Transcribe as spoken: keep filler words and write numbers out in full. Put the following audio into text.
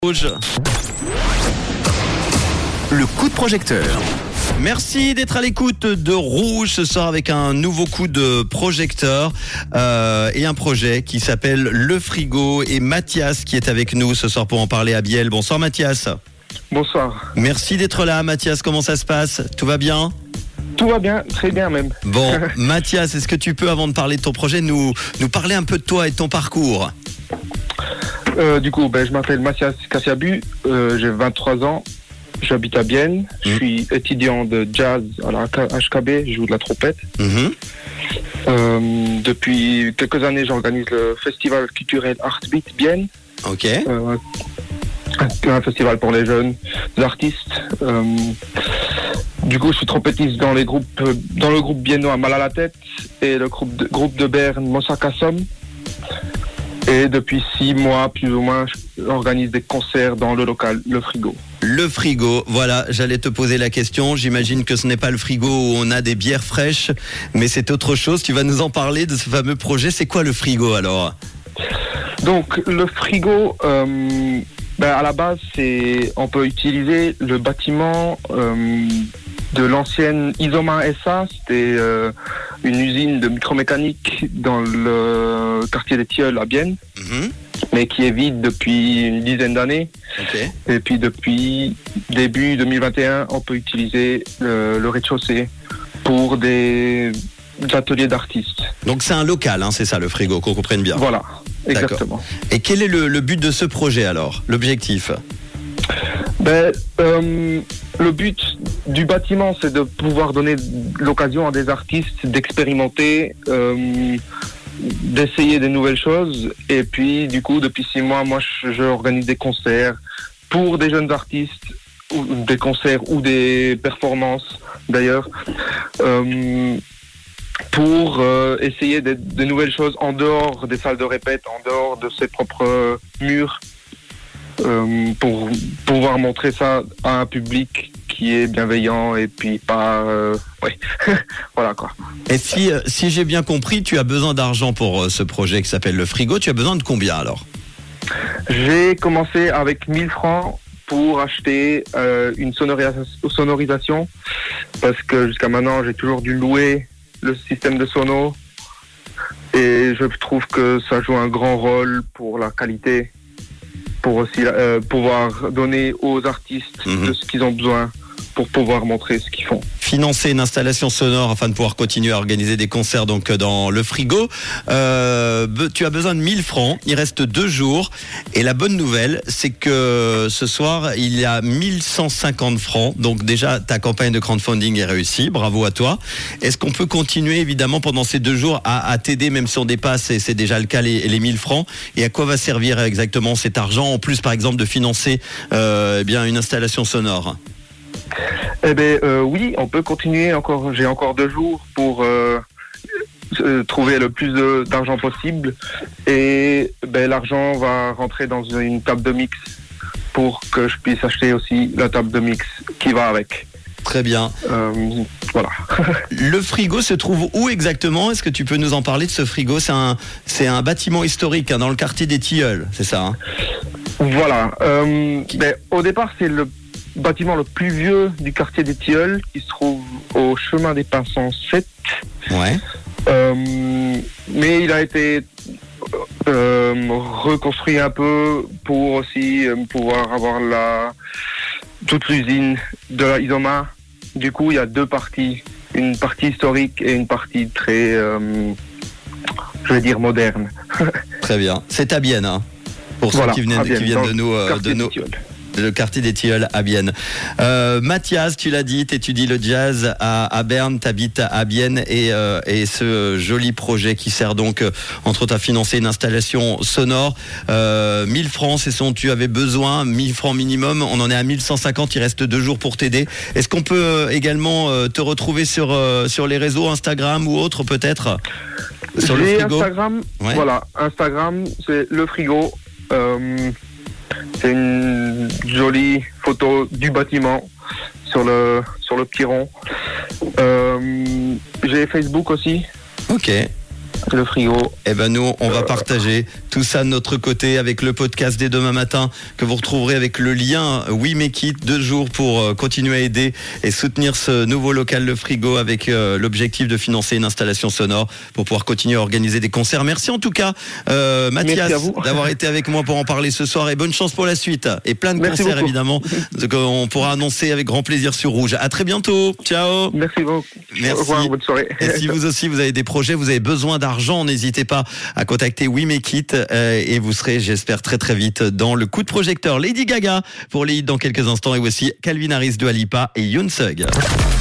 Rouge. Le coup de projecteur. Merci d'être à l'écoute de Rouge ce soir avec un nouveau coup de projecteur euh, et un projet qui s'appelle Le Frigo, et Mathias qui est avec nous ce soir pour en parler à Biel. Bonsoir Mathias. Bonsoir. Merci d'être là Mathias, comment ça se passe? Tout va bien? Tout va bien, très bien même. Bon, Mathias, est-ce que tu peux, avant de parler de ton projet, nous, nous parler un peu de toi et de ton parcours? euh, Du coup, ben, je m'appelle Mathias Kassiabu, euh, j'ai vingt-trois ans, j'habite à Bienne, je Mmh. suis étudiant de jazz à la H K B, je joue de la trompette. Mmh. Euh, depuis quelques années, j'organise le festival culturel Artbeat Bienne, Ok. euh, un festival pour les jeunes artistes. Euh, du coup, je suis trompettiste dans, les groupes, dans le groupe biennois Mal à la tête et le groupe de, groupe de Berne Mosaka Som. Et depuis six mois, plus ou moins, j'organise des concerts dans le local Le Frigo. Le Frigo, voilà, j'allais te poser la question. J'imagine que ce n'est pas le frigo où on a des bières fraîches, mais c'est autre chose. Tu vas nous en parler de ce fameux projet. C'est quoi le Frigo alors? Donc, Le Frigo, euh, ben à la base, c'est, on peut utiliser le bâtiment euh, de l'ancienne Isoma S A. C'était euh, une usine de micromécanique dans le quartier des Tilleuls à Bienne, mmh. mais qui est vide depuis une dizaine d'années. Ok. Et puis depuis début deux mille vingt et un, on peut utiliser le, le rez-de-chaussée pour des ateliers d'artistes. Donc c'est un local, hein, c'est ça le Frigo, qu'on comprenne bien. Voilà, exactement. Et quel est le, le but de ce projet alors? L'objectif? Ben, euh, le but du bâtiment, c'est de pouvoir donner l'occasion à des artistes d'expérimenter, euh, d'essayer des nouvelles choses. Et puis, du coup, depuis six mois, moi, je, je organise des concerts pour des jeunes artistes, ou des concerts ou des performances, d'ailleurs, euh, pour euh, essayer de, de nouvelles choses en dehors des salles de répète, en dehors de ses propres murs. Euh, pour pouvoir montrer ça à un public qui est bienveillant et puis pas... Euh, ouais, voilà quoi. Et si, si j'ai bien compris, tu as besoin d'argent pour ce projet qui s'appelle Le Frigo. Tu as besoin de combien alors? J'ai commencé avec mille francs pour acheter euh, une sonorisa- sonorisation parce que jusqu'à maintenant j'ai toujours dû louer le système de sono et je trouve que ça joue un grand rôle pour la qualité, pour aussi euh, pouvoir donner aux artistes mmh. de ce qu'ils ont besoin pour pouvoir montrer ce qu'ils font. Financer une installation sonore afin de pouvoir continuer à organiser des concerts donc dans Le Frigo. Euh, tu as besoin de mille francs, il reste deux jours. Et la bonne nouvelle, c'est que ce soir, il y a mille cent cinquante francs. Donc déjà, ta campagne de crowdfunding est réussie. Bravo à toi. Est-ce qu'on peut continuer évidemment pendant ces deux jours à, à t'aider, même si on dépasse, et c'est déjà le cas, les, les mille francs? Et à quoi va servir exactement cet argent, en plus par exemple de financer euh, eh bien, une installation sonore? Eh ben euh, oui, on peut continuer encore. J'ai encore deux jours pour euh, euh, trouver le plus de, d'argent possible, et ben l'argent va rentrer dans une table de mix pour que je puisse acheter aussi la table de mix qui va avec. Très bien. Euh, voilà. Le Frigo se trouve où exactement? Est-ce que tu peux nous en parler de ce Frigo? C'est un, c'est un bâtiment historique hein, dans le quartier des Tilleuls, c'est ça hein? Voilà. Euh, ben, au départ, c'est le bâtiment le plus vieux du quartier des Tilleuls qui se trouve au chemin des Pinsons sept. Ouais. Euh, mais il a été euh, reconstruit un peu pour aussi euh, pouvoir avoir la toute l'usine de la Isoma. Du coup, il y a deux parties, une partie historique et une partie très, euh, je vais dire, moderne. Très bien. C'est à Bienne, hein, pour voilà, ceux qui viennent, Bienne, qui viennent de nous, euh, de nos. Le quartier des Tilleuls à Bienne. Euh, Mathias, tu l'as dit, tu étudies le jazz à, à Berne, tu habites à Bienne et, euh, et ce joli projet qui sert donc, euh, entre autres, à financer une installation sonore. Euh, mille francs, c'est ce dont tu avais besoin, mille francs minimum. On en est à mille cent cinquante, il reste deux jours pour t'aider. Est-ce qu'on peut euh, également euh, te retrouver sur, euh, sur les réseaux, Instagram ou autre peut-être? Sur J'ai Le Frigo Instagram, ouais. Voilà, Instagram, c'est Le Frigo. Euh, C'est une jolie photo du bâtiment sur le, sur le petit rond. Euh, j'ai Facebook aussi. Ok. le frigo. Eh ben nous, on va partager tout ça de notre côté avec le podcast dès demain matin que vous retrouverez avec le lien We Make It, deux jours pour continuer à aider et soutenir ce nouveau local Le Frigo avec euh, l'objectif de financer une installation sonore pour pouvoir continuer à organiser des concerts. Merci en tout cas euh, Mathias d'avoir été avec moi pour en parler ce soir et bonne chance pour la suite et plein de Merci concerts beaucoup. Évidemment qu'on pourra annoncer avec grand plaisir sur Rouge. À très bientôt. Ciao. Merci beaucoup. Merci. Au revoir, bonne soirée. Et si vous aussi vous avez des projets, vous avez besoin d'argent, n'hésitez pas à contacter We Make It euh, et vous serez, j'espère, très très vite dans le coup de projecteur. Lady Gaga pour les hits dans quelques instants et aussi Calvin Harris, Dua Lipa et Yoon Sug.